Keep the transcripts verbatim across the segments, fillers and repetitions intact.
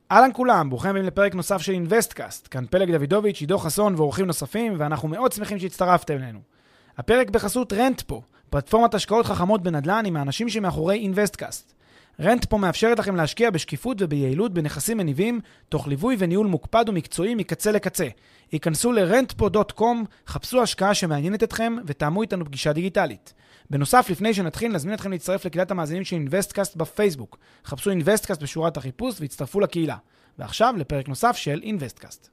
אהלן כולם, ברוכים הבאים לפרק נוסף של אינבסטקאסט. כאן פלג דוידוביץ', עידו חסון ואורחים נוספים, ואנחנו מאוד שמחים שהצטרפתם אלינו. הפרק בחסות רנטפו, פלטפורמת השקעות חכמות בנדל"ן עם האנשים שמאחורי אינבסטקאסט. רנטפו מאפשרת לכם להשקיע בשקיפות וביעילות בנכסים מניבים, תוך ליווי וניהול מוקפד ומקצועי מקצה לקצה. היכנסו ל-רנטפו דוט קום, חפשו השקעה שמעניינת אתכם ותאמו איתנו פגישה דיגיטלית. בנוסף, לפני שנתחיל, נזמין אתכם להצטרף לקהילת המאזינים של אינבסטקאסט בפייסבוק. חפשו אינבסטקאסט בשורת החיפוש והצטרפו לקהילה. ועכשיו לפרק נוסף של אינבסטקאסט.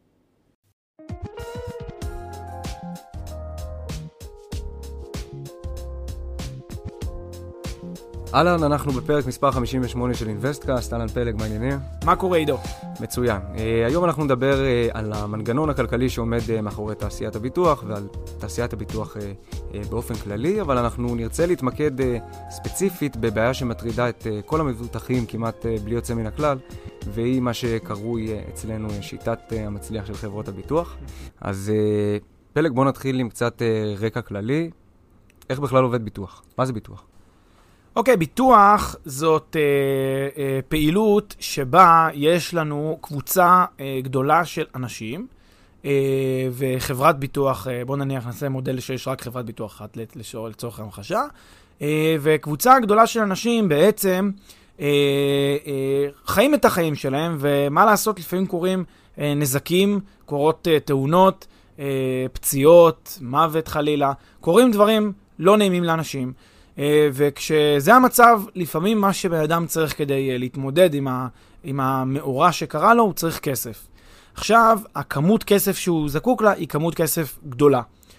אהלן, אנחנו בפרק מספר חמישים ושמונה של אינבסטקאסט. אהלן פלג, מה העניינים? מה קורה עידו? מצוין. היום אנחנו נדבר על המנגנון הכלכלי שעומד מאחורי תעשיית הביטוח ועל תעשיית הביטוח באופן כללי, אבל אנחנו נרצה להתמקד ספציפית בבעיה שמטרידה את כל המבוטחים כמעט בלי יוצא מן הכלל, והיא מה שקרוי אצלנו שיטת המצליח של חברות הביטוח. אז פלג, בוא נתחיל עם קצת רקע כללי. איך בכלל עובד ביטוח? מה זה ביטוח? אוקיי, okay, ביטוח זאת אה, אה, פעילות שבה יש לנו קבוצה אה, גדולה של אנשים, אה, וחברת ביטוח, אה, בוא נניח נעשה מודל שיש רק חברת ביטוח אחת לצורך המחשה, אה, וקבוצה גדולה של אנשים בעצם אה, אה, חיים את החיים שלהם, ומה לעשות, לפעמים קורים אה, נזקים, קורות אה, תאונות, אה, פציעות, מוות חלילה, קורים דברים לא נעימים לאנשים, וכשזה המצב, לפעמים מה שבן אדם צריך כדי להתמודד עם, ה, עם המאורע שקרה לו, הוא צריך כסף. עכשיו, הכמות כסף שהוא זקוק לה היא כמות כסף גדולה.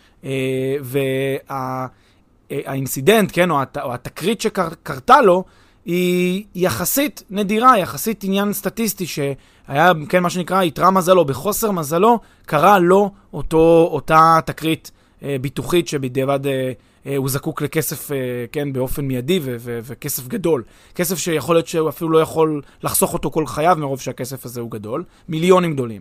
והאינסידנט, כן, או, הת, או התקרית שקרתה לו, היא יחסית נדירה, יחסית עניין סטטיסטי שהיה, כן, מה שנקרא, יתרה מזלו, בחוסר מזלו, קרה לו אותו, אותה תקרית ביטוחית שבדיעבד הוא זקוק לכסף, כן, באופן מיידי ו- ו- וכסף גדול. כסף שיכול להיות שהוא אפילו לא יכול לחסוך אותו כל חייו מרוב שהכסף הזה הוא גדול. מיליונים גדולים.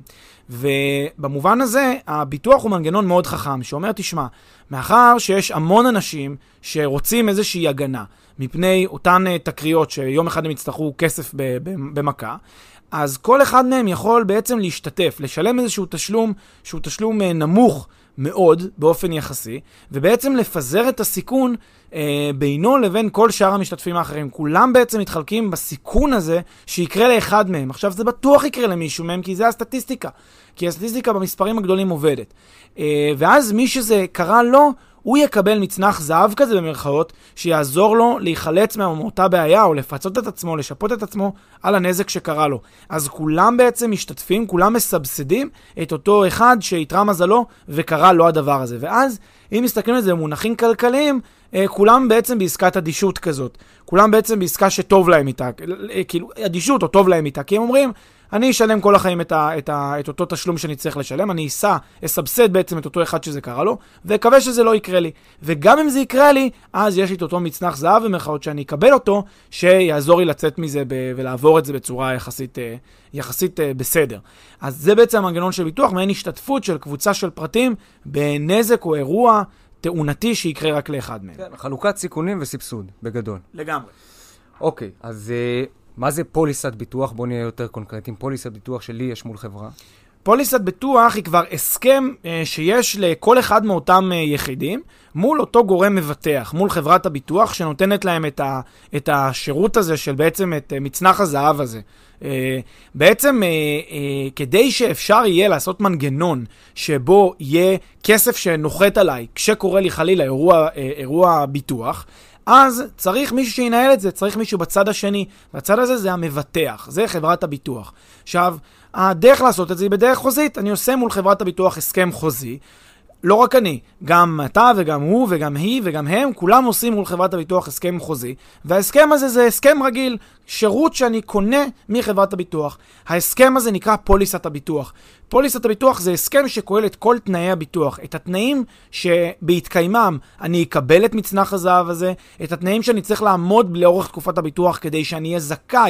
ובמובן הזה, הביטוח הוא מנגנון מאוד חכם, שאומר, תשמע, מאחר שיש המון אנשים שרוצים איזושהי הגנה, מפני אותן תקריות שיום אחד הם יצטרכו כסף ב- ב- במכה, אז כל אחד מהם יכול בעצם להשתתף, לשלם איזשהו תשלום, שהוא תשלום נמוך, מאוד באופן יחסי, ובעצם לפזר את הסיכון אה, בינו לבין כל שאר המשתתפים האחרים. כולם בעצם מתחלקים בסיכון הזה שיקרה לאחד מהם. עכשיו זה בטוח יקרה למישהו מהם, כי זה הסטטיסטיקה. כי הסטטיסטיקה במספרים הגדולים עובדת. אה, ואז מי שזה קרה לו, הוא יקבל מצנח זהב כזה במרכאות, שיעזור לו להיחלץ מאותה בעיה, או לפצות את עצמו, לשפות את עצמו על הנזק שקרה לו. אז כולם בעצם משתתפים, כולם מסבסדים את אותו אחד שיתרה מזלו וקרה לו הדבר הזה. ואז, אם מסתכלים על זה במונחים כלכליים, כולם בעצם בעסקת אדישות כזאת. כולם בעצם בעסקה שטוב להם איתה. כאילו, אדישות או טוב להם איתה. כי הם אומרים, אני אשלם כל החיים את, ה, את, ה, את אותו תשלום שאני צריך לשלם, אני אסע, אסבסד בעצם את אותו אחד שזה קרה לו, ואקווה שזה לא יקרה לי. וגם אם זה יקרה לי, אז יש לי את אותו מצנח זהב במרכאות שאני אקבל אותו, שיעזור לי לצאת מזה ב, ולעבור את זה בצורה יחסית, יחסית בסדר. אז זה בעצם המנגנון של ביטוח, מעין השתתפות של קבוצה של פרטים בנזק או אירוע תאונתי שיקרה רק לאחד מהם. כן, חלוקת סיכונים וסבסוד, בגדול. לגמרי. אוקיי, אז מה זה פוליסת ביטוח? בוא נהיה יותר קונקרטיים. פוליסת ביטוח שלי יש מול חברה. פוליסת ביטוח היא כבר הסכם אה, שיש לכל אחד מאותם אה, יחידים, מול אותו גורם מבטח, מול חברת הביטוח שנותנת להם את, ה, את השירות הזה של בעצם את אה, מצנח הזהב הזה. אה, בעצם אה, אה, כדי שאפשר יהיה לעשות מנגנון שבו יהיה כסף שנוחת עליי כשקורה לי חלילה אירוע, אה, אירוע ביטוח, אז צריך מישהו שינהל את זה, צריך מישהו בצד השני, והצד הזה זה המבטח, זה חברת הביטוח. עכשיו, הדרך לעשות את זה היא בדרך חוזית, אני עושה מול חברת הביטוח הסכם חוזי, לא רק אני, גם אתה וגם הוא וגם היא וגם הם, כולם עושים מול חברת הביטוח הסכם חוזי, וההסכם הזה זה הסכם רגיל, שירות שאני קונה מחברת הביטוח. ההסכם הזה נקרא פוליסת הביטוח. פוליסת הביטוח זה הסכם שכולל את כל תנאי הביטוח, את התנאים שבהתקיימם אני אקבל את מצנח הזהב הזה, את התנאים שאני צריך לעמוד לאורך תקופת הביטוח כדי שאני אהיה זכאי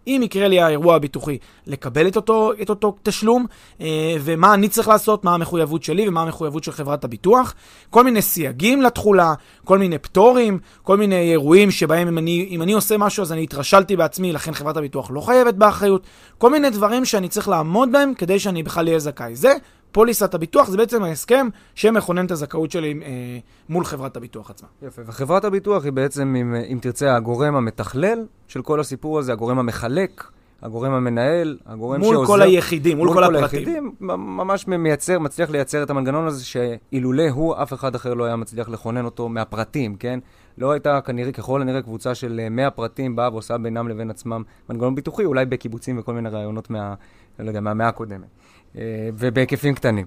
אם יקרה לי האירוע הביטוחי, לקבל את אותו, את אותו תשלום, אה, ומה אני צריך לעשות, מה המחויבות שלי ומה המחויבות של חברת הביטוח, כל מיני סייגים לתחולה, כל מיני פטורים, כל מיני אירועים שבהם אם אני, אם אני עושה משהו אז אני התרשלתי בעצמי, לכן חברת הביטוח לא חייבת באחריות, כל מיני דברים שאני צריך לעמוד בהם כדי שאני בכלל אהיה זכאי. זה פוליסת הביטוח, זה בעצם ההסכם שמכונן את הזכאות שלי אה, מול חברת הביטוח עצמה. יפה, וחברת הביטוח היא בעצם, אם, אם תרצה, הגורם המתכלל של כל הסיפור הזה, הגורם המחלק, הגורם המנהל, הגורם מול שעוזר. כל היחידים, מול, מול כל, כל הפרטים. היחידים, ממש מייצר, מצליח לייצר את המנגנון הזה, שאילולא הוא, אף אחד אחר לא היה מצליח לכונן אותו מהפרטים, כן? לא הייתה כנראה, ככל הנראה, קבוצה של מאה פרטים באה ועושה בינם לבין עצמם מנגנון ביטוחי, אולי בקיבוצים וכל מיני רעיונות מה, לא יודע, מהמאה הקודמת. ובהיקפים קטנים.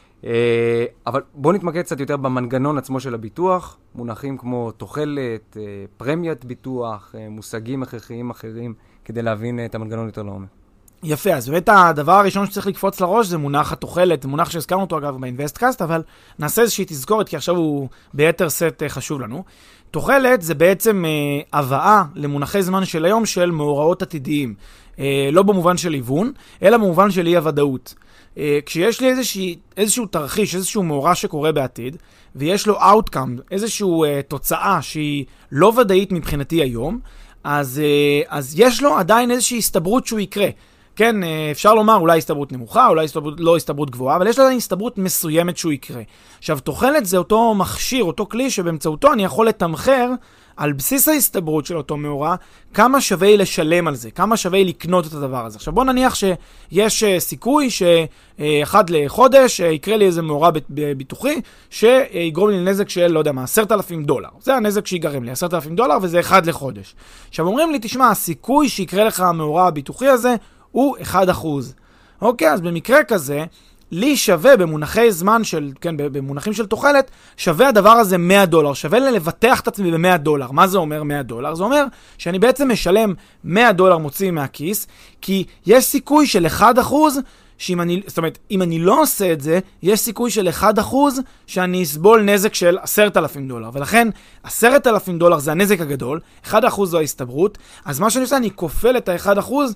אבל בואו נתמקד קצת יותר במנגנון עצמו של הביטוח, מונחים כמו תוחלת, פרמיית ביטוח, מושגים הכרחיים אחרים, כדי להבין את המנגנון יותר לעומק. יפה, אז באמת הדבר הראשון שצריך לקפוץ לראש זה מונח התוחלת, זה מונח שהזכרנו אותו אגב באינבסטקאסט, אבל נעשה איזושהי תזכורת, כי עכשיו הוא ביתר סט חשוב לנו. תוחלת זה בעצם אה, הבאה למונחי זמן של היום של מאורעות עתידיים. אה, לא במובן של היוון, אלא במובן של אי הוודאות. אה, כשיש לי איזשהו, איזשהו תרחיש, איזשהו מאורע שקורה בעתיד, ויש לו outcome, איזשהו אה, תוצאה שהיא לא ודאית מבחינתי היום, אז, אה, אז יש לו עדיין איזושהי הסתברות שהוא יקרה. כן, אפשר לומר אולי הסתברות נמוכה, אולי הסתברות, לא הסתברות גבוהה, אבל יש עדיין הסתברות מסוימת שהוא יקרה. עכשיו, תוחלת זה אותו מכשיר, אותו כלי שבאמצעותו אני יכול לתמחר על בסיס ההסתברות של אותו מאורע, כמה שווה לשלם על זה, כמה שווה לקנות את הדבר הזה. עכשיו, בוא נניח שיש סיכוי שאחד לחודש יקרה לי איזה מאורע ביטוחי, שיגרום לי נזק של, לא יודע מה, עשרת אלפים דולר. זה הנזק שיגרם לי, עשרת אלפים דולר, וזה אחד לחודש. עכשיו, אומרים לי, תשמע, הסיכוי שיקרה לך המאורע הביטוחי הזה, הוא אחד אחוז. אוקיי, אז במקרה כזה, לי שווה במונחי זמן של, כן, במונחים של תוחלת, שווה הדבר הזה מאה דולר, שווה לי לבטח את עצמי ב-מאה דולר. מה זה אומר מאה דולר? זה אומר שאני בעצם משלם מאה דולר מוציא מהכיס, כי יש סיכוי של אחד אחוז, שאם אני, זאת אומרת, אם אני לא עושה את זה, יש סיכוי של אחד אחוז שאני אסבול נזק של עשרת אלפים דולר. ולכן, עשרת אלפים דולר זה הנזק הגדול, אחד אחוז זו ההסתברות, אז מה שאני עושה, אני כופל את ה-אחד אחוז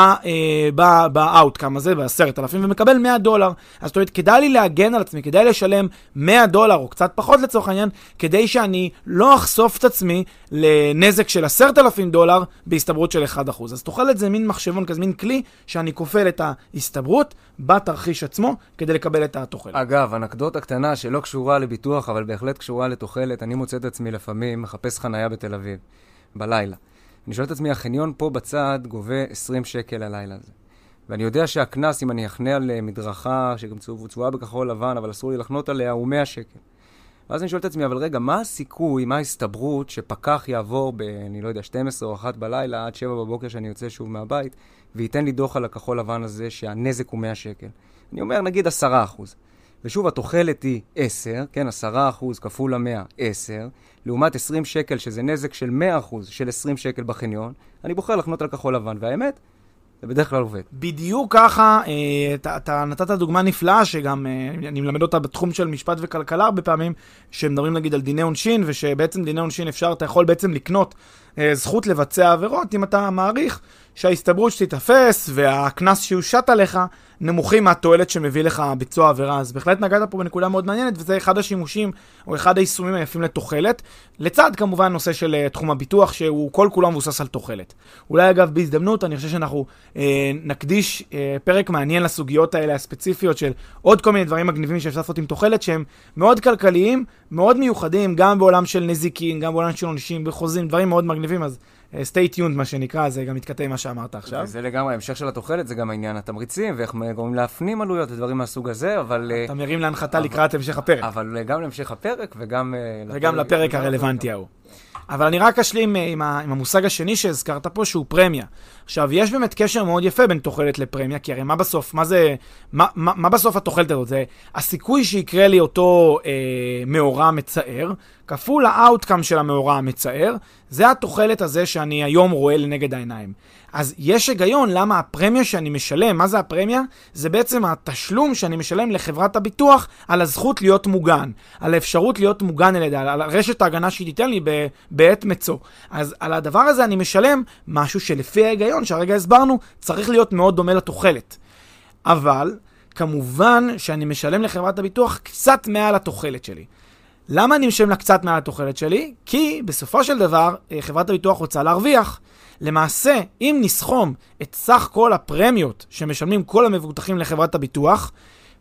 ב-outcome הזה, ב-עשרת אלפים, ומקבל מאה דולר. אז זאת אומרת, כדאי לי להגן על עצמי, כדאי לשלם מאה דולר, או קצת פחות לצורך העניין, כדי שאני לא אחשוף את עצמי לנזק של עשרת אלפים דולר, בהסתברות של אחד אחוז. אז תוכל את זה מין מחשבון כזה, מין כלי, שאני כופל את ההסתברות בתרחיש עצמו, כדי לקבל את התוחלת. אגב, אנקדוטה קטנה שלא קשורה לביטוח, אבל בהחלט קשורה לתוחלת, אני מוצא את עצמי לפעמים מחפש חנייה בתל אביב, בלילה. אני שואל את עצמי, החניון פה בצד גובה עשרים שקל הלילה הזה. ואני יודע שהכנס, אם אני אחנה על מדרכה, שגם צבועה בכחול לבן, אבל אסור לי לחנות עליה, הוא מאה שקל. ואז אני שואל את עצמי, אבל רגע, מה הסיכוי, מה ההסתברות שפקח יעבור ב, אני לא יודע, שתים עשרה או אחת בלילה, עד שבע בבוקר שאני יוצא שוב מהבית, וייתן לי דוח על הכחול לבן הזה שהנזק הוא מאה שקל. אני אומר, נגיד עשרה אחוז. ושוב, התוחלת היא עשר, כן, עשרה אחוז כפול המאה, עשר, לעומת עשרים שקל, שזה נזק של מאה אחוז, של עשרים שקל בחניון, אני בוחר לחנות על כחול לבן, והאמת, זה בדרך כלל עובד. בדיוק ככה, אה, אתה, אתה נתת דוגמה נפלאה, שגם אה, אני מלמד אותה בתחום של משפט וכלכלה הרבה פעמים, שמדברים נגיד על דיני עונשין, ושבעצם דיני עונשין אפשר, אתה יכול בעצם לקנות אה, זכות לבצע עבירות, אם אתה מעריך שההסתברות שתתאפס, והכנס שיושת עליך, נמוכים מהתועלת שמביא לך ביצוע עבירה. אז בהחלט נגעת פה בנקודה מאוד מעניינת, וזה אחד השימושים, או אחד היישומים היפים לתוחלת, לצד כמובן נושא של תחום הביטוח, שהוא כל כולם מבוסס על תוחלת. אולי אגב בהזדמנות, אני חושב שאנחנו אה, נקדיש אה, פרק מעניין לסוגיות האלה הספציפיות, של עוד כל מיני דברים מגניבים שאפשר לעשות עם תוחלת, שהם מאוד כלכליים, מאוד מיוחדים, גם בעולם של נזיקין, גם בעולם של עונשים בחוזים, דברים מאוד מגניבים, אז stay tuned מה שנקרא, זה גם מתכתב מה שאמרת עכשיו. זה לגמרי, המשך של התוחלת, זה גם העניין התמריצים, ואיך גורמים להפנים עלויות ודברים מהסוג הזה, אבל... אתה מרים להנחתה לקראת המשך הפרק. אבל גם להמשך הפרק, וגם... וגם לפרק הרלוונטי ההוא. אבל אני רק אשלים עם המושג השני שהזכרת פה, שהוא פרמיה. עכשיו, יש באמת קשר מאוד יפה בין תוחלת לפרמיה, כי הרי מה בסוף, מה זה, מה, מה, מה בסוף התוחלת הזאת? זה הסיכוי שיקרה לי אותו אה, מאורע מצער, כפול האוטקאם של המאורע המצער, זה התוחלת הזה שאני היום רואה לנגד העיניים. אז יש היגיון למה הפרמיה שאני משלם, מה זה הפרמיה? זה בעצם התשלום שאני משלם לחברת הביטוח על הזכות להיות מוגן, על האפשרות להיות מוגן על ידה, על רשת ההגנה שהיא תיתן לי בעת מצוא. אז על הדבר הזה אני משלם משהו שלפי ההיגיון, שהרגע הסברנו, צריך להיות מאוד דומה לתוחלת. אבל כמובן שאני משלם לחברת הביטוח קצת מעל התוחלת שלי. למה אני משלם לה קצת מעל התוחלת שלי? כי בסופו של דבר חברת הביטוח רוצה להרוויח. למעשה, אם נסכום את סך כל הפרמיות שמשלמים כל המבוטחים לחברת הביטוח,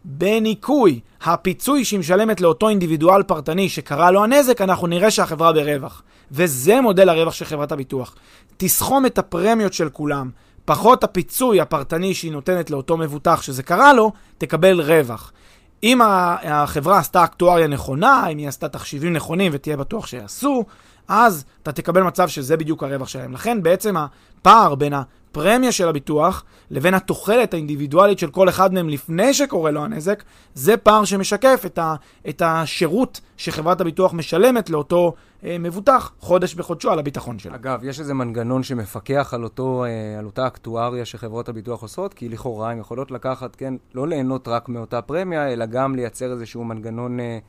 בניקוי הפיצוי שהיא משלמת לאותו אינדיבידואל פרטני שקרה לו הנזק, אנחנו נראה שהחברה ברווח. וזה מודל הרווח של חברת הביטוח. תסכום את הפרמיות של כולם, פחות הפיצוי הפרטני שהיא נותנת לאותו מבוטח שזה קרה לו, תקבל רווח. אם החברה עשתה אקטואריה נכונה, אם היא עשתה תחשיבים נכונים ותהיה בטוח שיעשו, אז אתה תקבל מצב שזה בדיוק הרווח שלהם. לכן בעצם הפער בין הפרמיה של הביטוח לבין התוחלת האינדיבידואלית של כל אחד מהם לפני שקורה לו הנזק, זה פער שמשקף את, ה, את השירות שחברת הביטוח משלמת לאותו אה, מבוטח חודש בחודשו על הביטחון שלה. אגב, יש איזה מנגנון שמפקח על, אותו, אה, על אותה אקטואריה שחברות הביטוח עושות, כי לכאורה הן יכולות לקחת, כן, לא ליהנות רק מאותה פרמיה, אלא גם לייצר איזשהו מנגנון אה,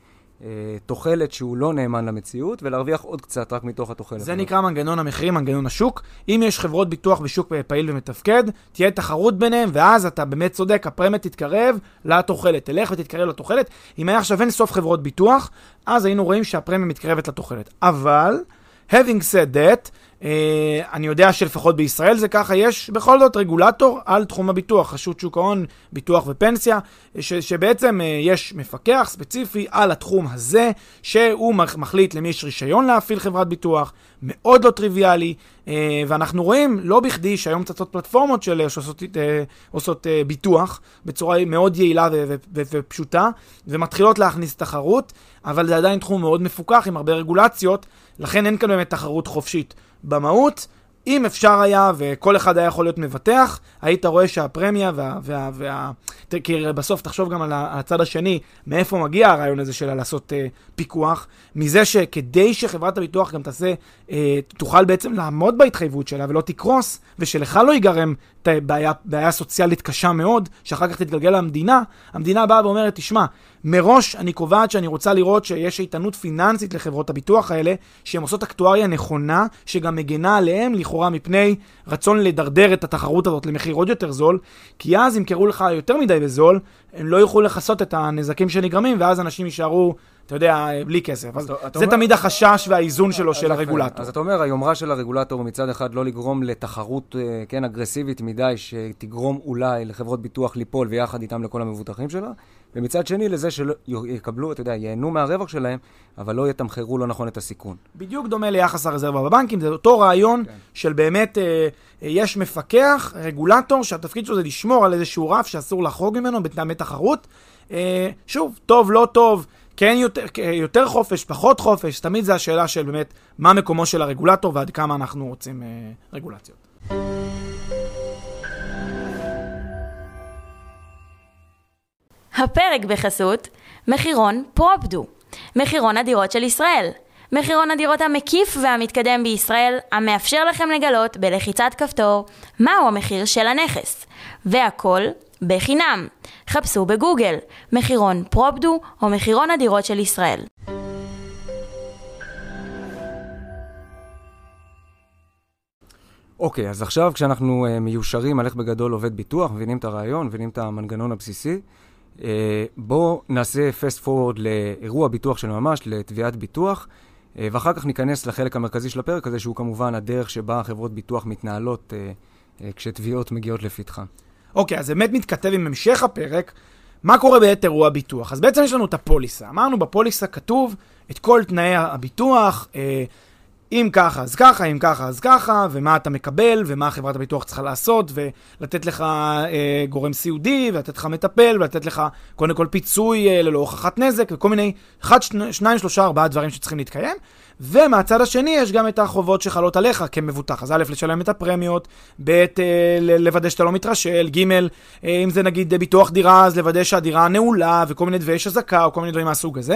תוחלת שהוא לא נאמן למציאות, ולהרוויח עוד קצת רק מתוך התוחלת. זה נקרא מנגנון המחירים, מנגנון השוק. אם יש חברות ביטוח בשוק פעיל ומתפקד, תהיה תחרות ביניהם, ואז אתה באמת צודק, הפרמיה תתקרב לתוחלת. תלך ותתקרב לתוחלת. אם היה עכשיו אין סוף חברות ביטוח, אז היינו רואים שהפרמיה מתקרבת לתוחלת. אבל, having said that, Uh, אני יודע שלפחות בישראל זה ככה, יש בכל זאת רגולטור על תחום הביטוח, רשות שוק ההון, ביטוח ופנסיה, ש- שבעצם uh, יש מפקח ספציפי על התחום הזה, שהוא מחליט למי יש רישיון להפעיל חברת ביטוח, מאוד לא טריוויאלי, uh, ואנחנו רואים לא בכדי שהיום צצות פלטפורמות של שעושות uh, עושות uh, ביטוח בצורה מאוד יעילה ו- ו- ו- ופשוטה, ומתחילות להכניס תחרות, אבל זה עדיין תחום מאוד מפוקח עם הרבה רגולציות, לכן אין כאן באמת תחרות חופשית. במהות, אם אפשר היה וכל אחד היה יכול להיות מבטח, היית רואה שהפרמיה וה... וה, וה כי בסוף תחשוב גם על הצד השני, מאיפה מגיע הרעיון הזה שלה לעשות אה, פיקוח, מזה שכדי שחברת הביטוח גם תעשה, אה, תוכל בעצם לעמוד בהתחייבות שלה ולא תקרוס, ושלך לא ייגרם בעיה, בעיה סוציאלית קשה מאוד, שאחר כך תתגלגל למדינה, המדינה באה ואומרת, תשמע, מראש אני קובעת שאני רוצה לראות שיש איתנות פיננסית לחברות הביטוח האלה, שהן עושות אקטואריה נכונה, שגם מגנה עליהם לכאורה מפני רצון לדרדר את התחרות הזאת למחיר עוד יותר זול, כי אז אם קראו לך יותר מדי בזול, הם לא יוכלו לחסות את הנזקים שנגרמים, ואז אנשים יישארו, אתה יודע, בלי כסף. אז זה תמיד החשש והאיזון שלו של הרגולטור. אז אתה אומר, היומרה של הרגולטור מצד אחד לא לגרום לתחרות, כן, אגרסיבית מדי, שתגרום אולי לחברות ביטוח ליפול ויחד איתם לכל המבוטחים שלה, ומצד שני לזה שיקבלו, אתה יודע, ייהנו מהרווח שלהם, אבל לא יתמחרו לא נכון את הסיכון. בדיוק דומה ליחס הרזרבה בבנקים, זה אותו רעיון כן. של באמת אה, יש מפקח, רגולטור, שהתפקיד שלו זה לשמור על איזשהו רף שאסור לחרוג ממנו בטעמי תחרות. אה, שוב, טוב, לא טוב, כן יותר, יותר חופש, פחות חופש, תמיד זה השאלה של באמת מה מקומו של הרגולטור ועד כמה אנחנו רוצים אה, רגולציות. הפרק בחסות מחירון פרופדו, מחירון הדירות של ישראל. מחירון הדירות המקיף והמתקדם בישראל, המאפשר לכם לגלות בלחיצת כפתור מהו המחיר של הנכס. והכל בחינם. חפשו בגוגל, מחירון פרופדו או מחירון הדירות של ישראל. אוקיי, אז עכשיו כשאנחנו uh, מיושרים על איך בגדול עובד ביטוח, מבינים את הרעיון, מבינים את המנגנון הבסיסי, Uh, בואו נעשה fast forward לאירוע ביטוח של ממש, לתביעת ביטוח, uh, ואחר כך ניכנס לחלק המרכזי של הפרק הזה, שהוא כמובן הדרך שבה חברות ביטוח מתנהלות uh, uh, כשתביעות מגיעות לפתחה. אוקיי, אז באמת מתכתב עם המשך הפרק, מה קורה בעת אירוע ביטוח? אז בעצם יש לנו את הפוליסה. אמרנו בפוליסה כתוב את כל תנאי הביטוח, uh, אם ככה אז ככה, אם ככה אז ככה, ומה אתה מקבל, ומה חברת הביטוח צריכה לעשות, ולתת לך אה, גורם סיעודי, ולתת לך מטפל, ולתת לך קודם כל פיצוי אה, ללא הוכחת נזק, וכל מיני, אחד, שני, שניים, שלושה, ארבעה דברים שצריכים להתקיים. ומהצד השני יש גם את החובות שחלות עליך כמבוטח. אז א', לשלם את הפרמיות, ב', אה, לוודא שאתה לא מתרשל, ג', אה, אם זה נגיד ביטוח דירה, אז לוודא שהדירה נעולה, וכל מיני דבי שזקה, או כל מיני דברים מהסוג הזה.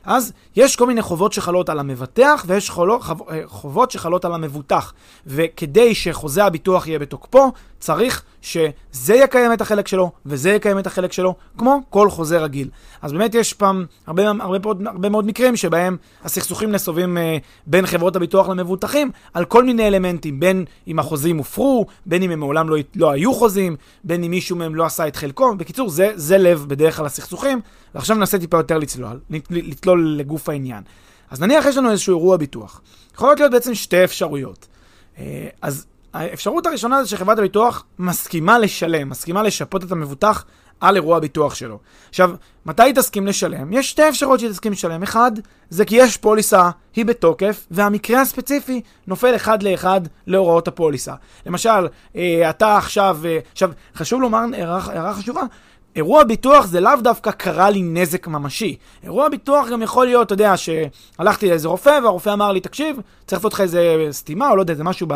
אז יש כל מיני חובות שחלות על המבטח, ויש חולות, חובות שחלות על המבוטח. וכדי שחוזה הביטוח יהיה בתוקפו, צריך שזה יקיים את החלק שלו, וזה יקיים את החלק שלו, כמו כל חוזה רגיל. אז באמת יש פעם הרבה, הרבה, הרבה, הרבה מאוד מקרים שבהם הסכסוכים נסובים אה, בין חברות הביטוח למבוטחים, על כל מיני אלמנטים, בין אם החוזים הופרו, בין אם הם מעולם לא, לא היו חוזים, בין אם מישהו מהם לא עשה את חלקו. בקיצור, זה, זה לב בדרך כלל הסכסוכים, ועכשיו ננסה טיפה יותר לצלול, לצלול לגוף העניין. אז נניח יש לנו איזשהו אירוע ביטוח. יכולות להיות בעצם שתי אפשרויות. אה, אז האפשרות הראשונה זה שחברת הביטוח מסכימה לשלם, מסכימה לשפות את המבוטח על אירוע הביטוח שלו. עכשיו, מתי היא תסכים לשלם? יש שתי אפשרויות שהיא תסכים לשלם. אחד, זה כי יש פוליסה, היא בתוקף, והמקרה הספציפי נופל אחד לאחד להוראות הפוליסה. למשל, אתה עכשיו, עכשיו, חשוב לומר, הערה חשובה, אירוע ביטוח זה לאו דווקא קרה לי נזק ממשי. אירוע ביטוח גם יכול להיות, אתה יודע, שהלכתי לאיזה רופא, והרופא אמר לי, תקשיב, צריך לפות לך איזה סתימה, או לא יודע, איזה משהו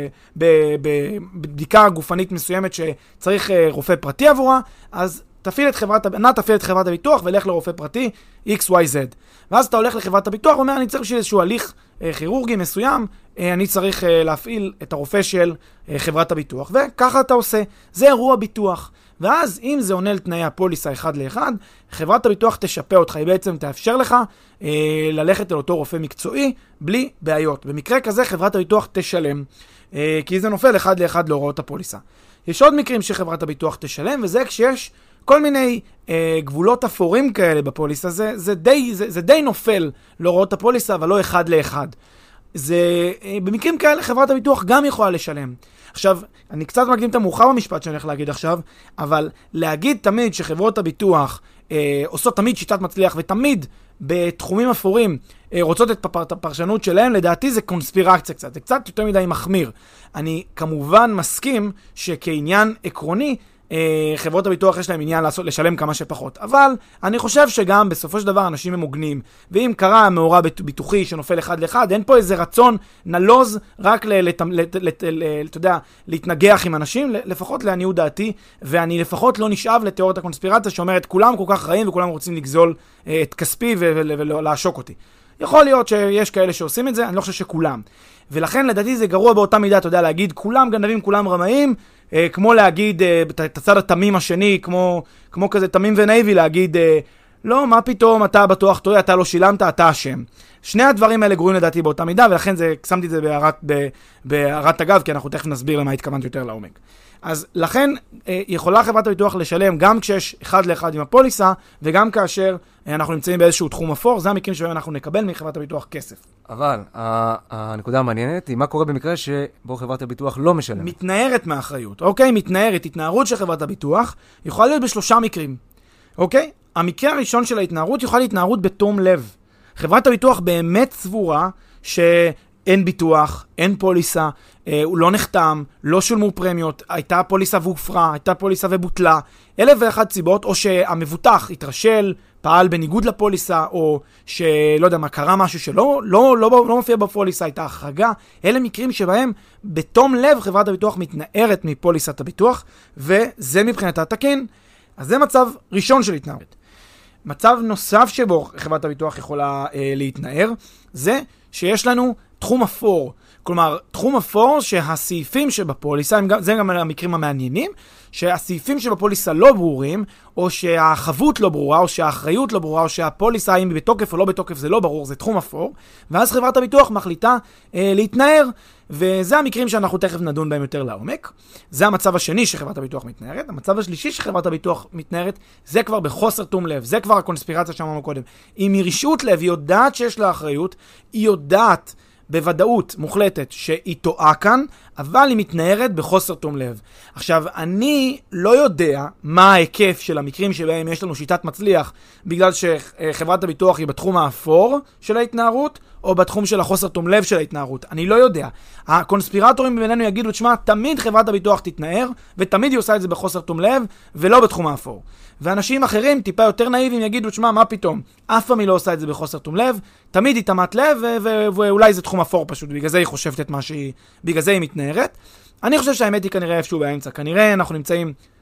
בבדיקה גופנית מסוימת שצריך רופא פרטי עבורה, אז תפעיל את חברת, נא תפעיל את חברת הביטוח ולך לרופא פרטי אקס וואי זד. ואז אתה הולך לחברת הביטוח ואומר, אני צריך בשביל איזשהו הליך כירורגי מסוים, אני צריך להפעיל את הרופא של חברת הביטוח, וככה אתה עושה. זה אירוע ביטוח. ואז אם זה עונה לתנאי הפוליסה אחד לאחד, חברת הביטוח תשפה אותך, היא בעצם תאפשר לך אה, ללכת אל אותו רופא מקצועי בלי בעיות. במקרה כזה חברת הביטוח תשלם, אה, כי זה נופל אחד לאחד להוראות הפוליסה. יש עוד מקרים שחברת הביטוח תשלם, וזה כשיש כל מיני אה, גבולות אפורים כאלה בפוליסה, זה, זה, די, זה, זה די נופל להוראות הפוליסה, אבל לא אחד לאחד. זה, אה, במקרים כאלה חברת הביטוח גם יכולה לשלם. עכשיו, אני קצת מקדים את המאוחר במשפט שאני הולך להגיד עכשיו, אבל להגיד תמיד שחברות הביטוח אה, עושות תמיד שיטת מצליח, ותמיד בתחומים אפורים אה, רוצות את הפרשנות שלהם, לדעתי זה קונספירציה קצת, זה קצת יותר מדי מחמיר. אני כמובן מסכים שכעניין עקרוני, חברות הביטוח יש להם עניין לעשות, לשלם כמה שפחות. אבל אני חושב שגם בסופו של דבר אנשים הם מוגנים. ואם קרה מאורע ביטוחי שנופל אחד לאחד, אין פה איזה רצון נלוז רק ל, לת, לת, לת, לת, יודע, להתנגח עם אנשים, לפחות לעניות דעתי, ואני לפחות לא נשאב לתיאוריית הקונספירציה שאומרת כולם כל כך רעים וכולם רוצים לגזול את כספי ולעשוק אותי. יכול להיות שיש כאלה שעושים את זה, אני לא חושב שכולם. ולכן לדעתי זה גרוע באותה מידה, אתה יודע, להגיד כולם גנבים, כולם רמאים, אה, כמו להגיד אה, את הצד התמים השני, כמו, כמו כזה תמים ונאיבי, להגיד, אה, לא, מה פתאום, אתה בטוח טועה, אתה לא שילמת, אתה אשם. שני הדברים האלה גרועים לדעתי באותה מידה, ולכן זה, שמתי את זה בהערת, בהערת אגב, כי אנחנו תכף נסביר למה התכוונתי יותר לעומק. אז לכן אה, יכולה חברת הביטוח לשלם גם כשיש אחד לאחד עם הפוליסה, וגם כאשר אה, אנחנו נמצאים באיזשהו תחום אפור, זה המקרים שבהם אנחנו נקבל מחברת הביטוח כסף. אבל הנקודה המעניינת היא מה קורה במקרה שבו חברת הביטוח לא משלמת. מתנערת מהאחריות, אוקיי? מתנערת, התנערות של חברת הביטוח יכולה להיות בשלושה מקרים, אוקיי? המקרה הראשון של ההתנערות יכולה להיות התנערות בתום לב. חברת הביטוח באמת סבורה שאין ביטוח, אין פוליסה, אה, הוא לא נחתם, לא שולמו פרמיות, הייתה פוליסה והופרה, הייתה פוליסה ובוטלה, אלף ואחת סיבות, או שהמבוטח התרשל, פעל בניגוד לפוליסה, או שלא יודע מה, קרה משהו שלא לא, לא, לא, לא מופיע בפוליסה, הייתה החרגה. אלה מקרים שבהם בתום לב חברת הביטוח מתנערת מפוליסת הביטוח, וזה מבחינתה תקין. אז זה מצב ראשון של התנערות. מצב נוסף שבו חברת הביטוח יכולה אה, להתנער, זה שיש לנו תחום אפור. כלומר, תחום אפור שהסעיפים שבפוליסה, זה גם המקרים המעניינים, שהסעיפים שבפוליסה לא ברורים, או שהחבות לא ברורה, או שהאחריות לא ברורה, או שהפוליסה אם היא בתוקף או לא בתוקף, זה לא ברור, זה תחום אפור, ואז חברת הביטוח מחליטה אה, להתנער, וזה המקרים שאנחנו תכף נדון בהם יותר לעומק. זה המצב השני שחברת הביטוח מתנערת. המצב השלישי שחברת הביטוח מתנערת, זה כבר בחוסר תום לב, זה כבר הקונספירציה שאמרנו קודם. אם היא רשעות לב, היא יודעת שיש לה אחריות, היא יודעת בוודאות מוחלטת שהיא טועה כאן, אבל היא מתנערת בחוסר תום לב. עכשיו, אני לא יודע מה ההיקף של המקרים שבהם יש לנו שיטת מצליח, בגלל שחברת הביטוח היא בתחום האפור של ההתנערות, או בתחום של החוסר תום לב של ההתנערות. אני לא יודע. הקונספירטורים בינינו יגידו, תשמע, תמיד חברת הביטוח תתנער, ותמיד היא עושה את זה בחוסר תום לב, ולא בתחום האפור. ואנשים אחרים, טיפה יותר נאיבים, יגידו, תשמע, מה פתאום? אף פעם היא לא עושה את זה בחוסר תום לב, תמיד היא תמת לב, ואולי זה תחום אפור פשוט, בגלל זה היא חושבת את מה שהיא, בגלל זה היא מתנערת. אני חושב שהאמת היא כנראה איפשהו באמצע. כנראה אנחנו נמצאים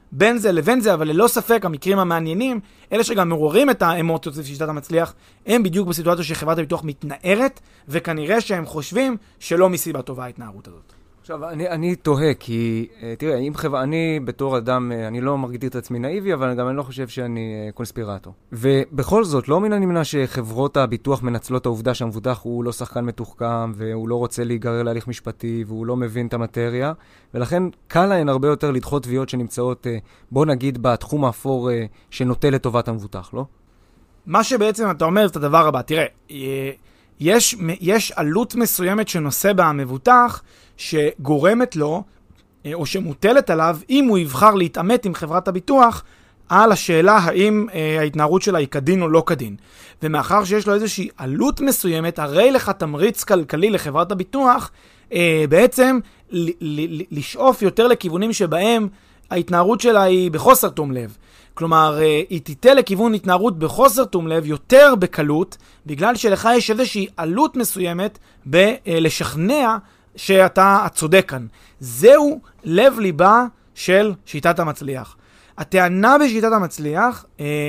בין זה לבין זה, אבל ללא ספק המקרים המעניינים, אלה שגם מעוררים את האמוציות של שיטת המצליח, הם בדיוק בסיטואציה שחברת הביטוח מתנערת, וכנראה שהם חושבים שלא מסיבה טובה ההתנערות הזאת. עכשיו, אני, אני תוהה, כי, תראה, אם חברה, אני בתור אדם, אני לא מרגיש את עצמי נאיבי, אבל גם אני לא חושב שאני קונספירטור. ובכל זאת, לא מן הנמנע שחברות הביטוח מנצלות העובדה שהמבוטח הוא לא שחקן מתוחכם, והוא לא רוצה להיגרר להליך משפטי, והוא לא מבין את המטריה, ולכן קל להן הרבה יותר לדחות תביעות שנמצאות, בוא נגיד, בתחום האפור שנוטה לטובת המבוטח, לא? מה שבעצם אתה אומר את הדבר הבא, תראה, יש, יש עלות מסוימת שנושא בה המבוטח, שגורמת לו, או שמוטלת עליו, אם הוא יבחר להתאמת עם חברת הביטוח, על השאלה האם אה, ההתנערות שלה היא כדין או לא כדין. ומאחר שיש לו איזושהי עלות מסוימת, הרי לך תמריץ כלכלי לחברת הביטוח, אה, בעצם ל- ל- ל- לשאוף יותר לכיוונים שבהם ההתנערות שלה היא בחוסר תום לב. כלומר, אה, היא תיתה לכיוון התנערות בחוסר תום לב יותר בקלות, בגלל שלך יש איזושהי עלות מסוימת בלשכנע שאתה צודק כאן. זהו לב ליבה של שיטת המצליח. הטענה בשיטת המצליח,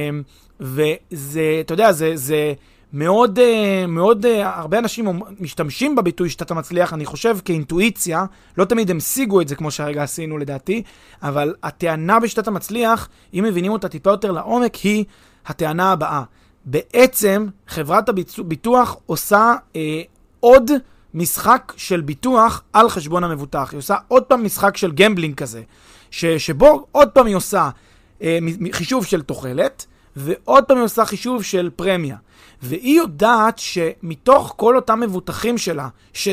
וזה, אתה יודע, זה, זה מאוד, מאוד, הרבה אנשים משתמשים בביטוי שיטת המצליח, אני חושב כאינטואיציה, לא תמיד הם שיגו את זה כמו שהרגע עשינו לדעתי, אבל הטענה בשיטת המצליח, אם מבינים אותה טיפה יותר לעומק, היא הטענה הבאה. בעצם חברת הביטוח עושה אה, עוד משחק של ביטוח על חשבון המבוטח. היא עושה עוד פעם משחק של גמבלינג כזה, ש, שבו עוד פעם היא עושה אה, חישוב של תוחלת, ועוד פעם היא עושה חישוב של פרמיה. והיא יודעת שמתוך כל אותם מבוטחים שלה,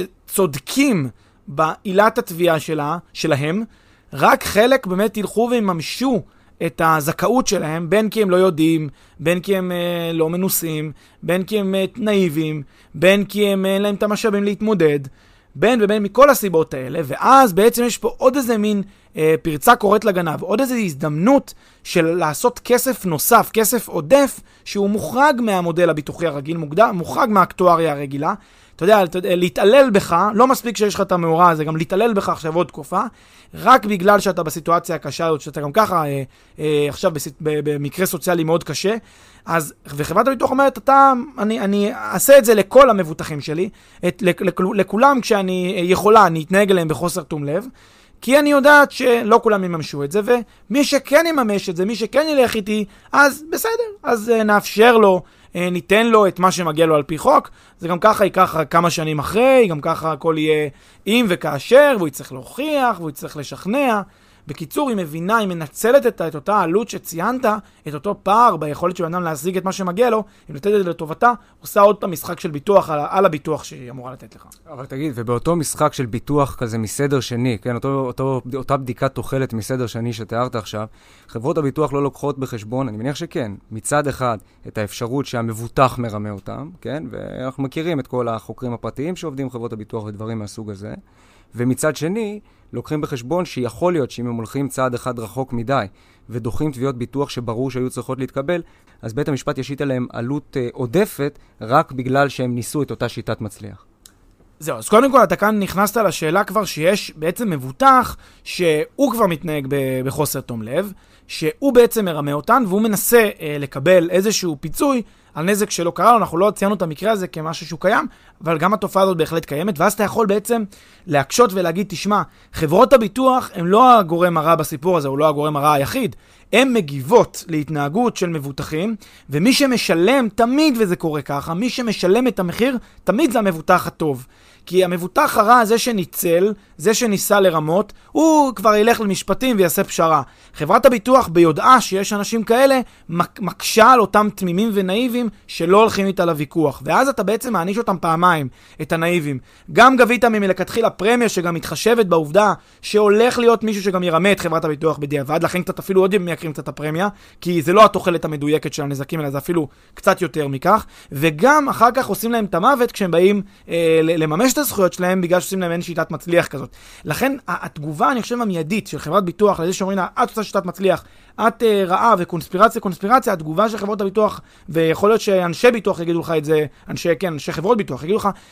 שצודקים בעילת התביעה שלה, שלהם, רק חלק באמת ילכו ויממשו את הזכאות שלהם, בין כי הם לא יודעים, בין כי הם אה, לא מנוסים, בין כי הם אה, נאיבים, בין כי הם אין להם את המשאבים להתמודד, בין ובין מכל הסיבות האלה, ואז בעצם יש פה עוד איזה מין אה, פרצה קוראת לגנב, עוד איזו הזדמנות של לעשות כסף נוסף, כסף עודף, שהוא מוחרג מהמודל הביטוחי הרגיל, מוגדר, מוחרג מהאקטואריה הרגילה. אתה יודע, להתעלל בך, לא מספיק שיש לך את המאורע הזה, גם להתעלל בך עכשיו עוד תקופה, רק בגלל שאתה בסיטואציה הקשה, או שאתה גם ככה אה, אה, עכשיו בסיט, במקרה סוציאלי מאוד קשה, אז, וחברת הביטוח אומרת, אתה, אני, אני אעשה את זה לכל המבוטחים שלי, את, לכ, לכולם כשאני יכולה, אני אתנהג אליהם בחוסר תום לב, כי אני יודעת שלא כולם יממשו את זה, ומי שכן יממש את זה, מי שכן ילך איתי, אז בסדר, אז אה, נאפשר לו, ניתן לו את מה שמגיע לו על פי חוק, זה גם ככה ייקח כמה שנים אחרי, גם ככה הכל יהיה אם וכאשר, והוא יצטרך להוכיח, והוא יצטרך לשכנע. בקיצור, היא מבינה, היא מנצלת את, את אותה עלות שציינת, את אותו פער ביכולת של אדם להשיג את מה שמגיע לו, היא נותנת את זה לטובתה, עושה עוד פעם משחק של ביטוח על, על הביטוח שהיא אמורה לתת לך. אבל תגיד, ובאותו משחק של ביטוח כזה מסדר שני, כן, אותו, אותו, אותה בדיקת תוחלת מסדר שני שתיארת עכשיו, חברות הביטוח לא לוקחות בחשבון, אני מניח שכן, מצד אחד את האפשרות שהמבוטח מרמה אותם, כן, ואנחנו מכירים את כל החוקרים הפרטיים שעובדים עם חברות הביטוח ודברים מהסוג הזה, ומצד שני, לוקחים בחשבון שיכול להיות שאם הם הולכים צעד אחד רחוק מדי ודוחים תביעות ביטוח שברור שהיו צריכות להתקבל, אז בית המשפט ישית עליהם עלות אה, עודפת רק בגלל שהם ניסו את אותה שיטת מצליח. זהו, אז קודם כל אתה כאן נכנסת לשאלה כבר שיש בעצם מבוטח שהוא כבר מתנהג בחוסר תום לב, שהוא בעצם מרמה אותן והוא מנסה אה, לקבל איזשהו פיצוי על נזק שלא קרה לו. אנחנו לא ציינו את המקרה הזה כמשהו שהוא קיים, אבל גם התופעה הזאת בהחלט קיימת, ואז אתה יכול בעצם להקשות ולהגיד, תשמע, חברות הביטוח הם לא הגורם הרע בסיפור הזה, הוא לא הגורם הרע היחיד, הן מגיבות להתנהגות של מבוטחים, ומי שמשלם תמיד, וזה קורה ככה, מי שמשלם את המחיר תמיד זה המבוטח הטוב. כי המבוטח הרע, זה שניצל, זה שניסה לרמות, הוא כבר ילך למשפטים ויעשה פשרה. חברת הביטוח ביודעה שיש אנשים כאלה, מקשה על אותם תמימים ונאיבים שלא הולכים איתה לוויכוח. ואז אתה בעצם מעניש אותם פעמיים, את הנאיבים. גם גבית ממלכתחילה פרמיה שגם מתחשבת בעובדה שהולך להיות מישהו שגם ירמה את חברת הביטוח בדיעבד, לכן קצת אפילו עוד מייקרים קצת הפרמיה, כי זה לא התוחלת המדויקת של הנזקים, אלא זה אפילו קצת יותר מכך. וגם אחר כך עושים להם את המוות כשהם באים אה, לממש את הזכויות שלהם, בגלל שעושים להם אין שיטת מצליח כזאת. לכן התגובה, אני חושב, המיידית של חברת ביטוח, לזה שאומרים לה, את עושה שיטת מצליח, את אה, רעה וקונספירציה, קונספירציה, התגובה של חברות הביטוח, ויכול להיות שאנשי ביטוח יגידו לך את זה, אנשי, כן, אנשי חברות ביטוח יגידו לך,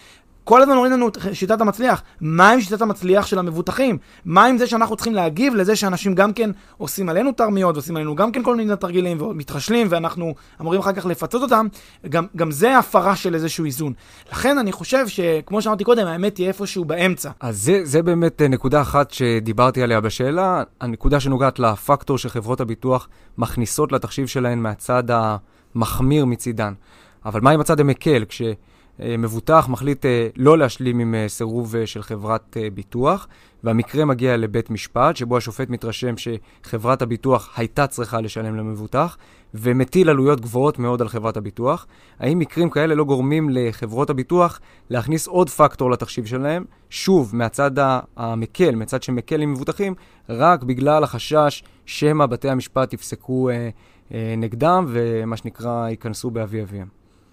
כל הזמן אומרים לנו שיטת המצליח. מה עם שיטת המצליח של המבוטחים? מה עם זה שאנחנו צריכים להגיב לזה שאנשים גם כן עושים עלינו תרמיות, עושים עלינו גם כן כל מיני תרגילים ומתרשלים, ואנחנו אמורים אחר כך לפצות אותם? גם, גם זה הפרה של איזשהו איזון. לכן אני חושב שכמו שאמרתי קודם, האמת תהיה איפשהו באמצע. אז זה, זה באמת נקודה אחת שדיברתי עליה בשאלה, הנקודה שנוגעת לפקטור שחברות הביטוח מכניסות לתחשיב שלהן מהצד המחמיר מצידן. אבל מה עם הצד המקל? כשמבוטח מחליט לא להשלים עם סירוב של חברת ביטוח, והמקרה מגיע לבית משפט, שבו השופט מתרשם שחברת הביטוח הייתה צריכה לשלם למבוטח, ומטיל עלויות גבוהות מאוד על חברת הביטוח. האם מקרים כאלה לא גורמים לחברות הביטוח להכניס עוד פקטור לתחשיב שלהם? שוב, מהצד המקל, מהצד שמקל עם מבוטחים, רק בגלל החשש שמה בתי המשפט יפסקו אה, אה, נגדם, ומה שנקרא ייכנסו באבי אביהם.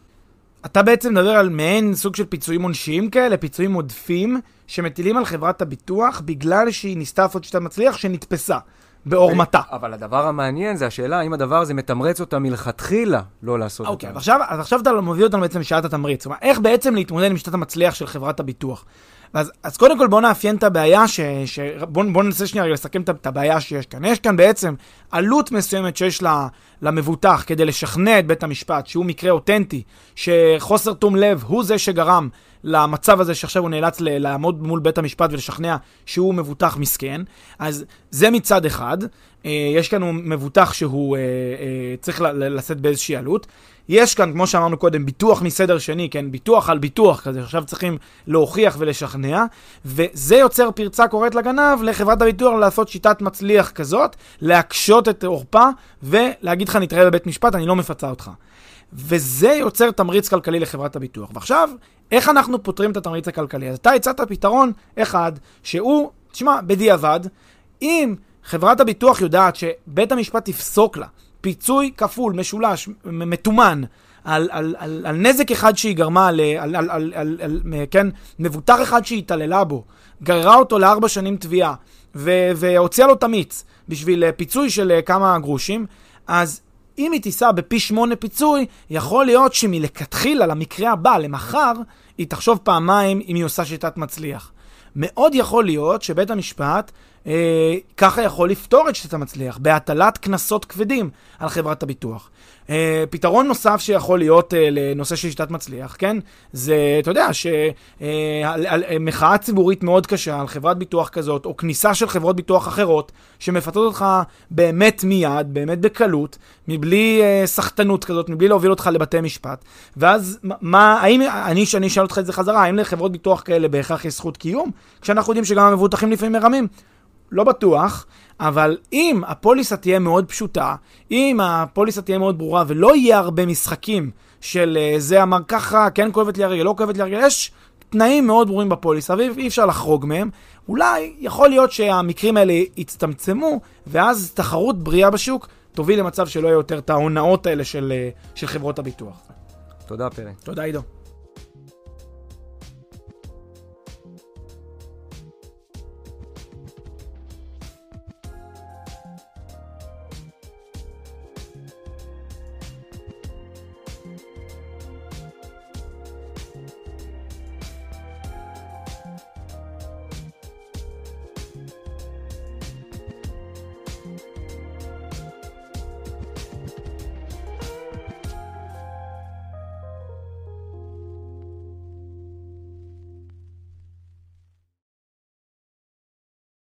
אתה בעצם מדבר על מעין סוג של פיצויים עונשיים כאלה, פיצויים עודפים, שמטילים על חברת הביטוח בגלל שהיא ניסתה לעשות שיטת מצליח שנתפסה בעורמתה. אבל הדבר המעניין זה השאלה, האם הדבר הזה מתמרץ אותה מלכתחילה לא לעשות אוקיי, אותה. עכשיו, אז עכשיו אתה מביא אותנו בעצם לשאלת התמריץ. זאת אומרת, איך בעצם להתמודד עם שיטת המצליח של חברת הביטוח? אז, אז קודם כל בוא נאפיין את הבעיה, ש, ש, בוא, בוא ננסה שנייה לסכם את הבעיה שיש כאן. יש כאן בעצם עלות מסוימת שיש לה, למבוטח כדי לשכנע את בית המשפט, שהוא מקרה אותנטי, שחוסר תום לב הוא זה שגרם למצב הזה שעכשיו הוא נאלץ ל- לעמוד מול בית המשפט ולשכנע שהוא מבוטח מסכן. אז זה מצד אחד. אה, יש כאן מבוטח שהוא אה, אה, צריך ל- לשאת באיזושהי עלות. יש כאן, כמו שאמרנו קודם, ביטוח מסדר שני, כן? ביטוח על ביטוח כזה, עכשיו צריכים להוכיח ולשכנע, וזה יוצר פרצה קוראת לגנב לחברת הביטוח לעשות שיטת מצליח כזאת, להקשות את אורפה, ולהגיד לך נתראה בבית משפט, אני לא מפצה אותך. וזה יוצר תמריץ כלכלי לחברת הביטוח. ועכשיו, איך אנחנו פותרים את התמריץ הכלכלי? אז אתה הצעת פתרון אחד, שהוא, תשמע, בדיעבד, אם חברת הביטוח יודעת שבית המשפט יפסוק לה, פיצוי כפול, משולש, מתומן, על, על, על, על נזק אחד שהיא גרמה, על, על, על, על, על, על, כן, מבוטח אחד שהיא התעללה בו, גררה אותו לארבע שנים תביעה, ו- והוציאה לו תמיץ בשביל פיצוי של כמה גרושים, אז אם היא תיסע בפי שמונה פיצוי, יכול להיות שמלכתחילה למקרה הבא, למחר, היא תחשוב פעמיים אם היא עושה שיטת מצליח. מאוד יכול להיות שבית המשפט אה, ככה יכול לפתור את שיטת המצליח, בהטלת קנסות כבדים על חברת הביטוח. אה, פתרון נוסף שיכול להיות אה, לנושא של שיטת מצליח, כן? זה, אתה יודע, שמחאה אה, ציבורית מאוד קשה על חברת ביטוח כזאת, או כניסה של חברות ביטוח אחרות, שמפתות אותך באמת מיד, באמת בקלות, מבלי אה, סחטנות כזאת, מבלי להוביל אותך לבתי משפט. ואז, מה, האם, אני, אני אשאל אותך את זה חזרה, האם לחברות ביטוח כאלה בהכרח יש זכות קיום? כשאנחנו יודעים שגם המבוטחים לפעמים מרמים. לא בטוח, אבל אם הפוליסה תהיה מאוד פשוטה, אם הפוליסה תהיה מאוד ברורה, ולא יהיה הרבה משחקים של זה אמר ככה, כן כואבת לי הרגל, לא כואבת לי הרגל, יש תנאים מאוד ברורים בפוליסה, ואי אפשר לחרוג מהם. אולי יכול להיות שהמקרים האלה יצטמצמו, ואז תחרות בריאה בשוק תוביל למצב שלא יהיה יותר את ההונאות האלה של, של חברות הביטוח. תודה, פרי. תודה, עידו.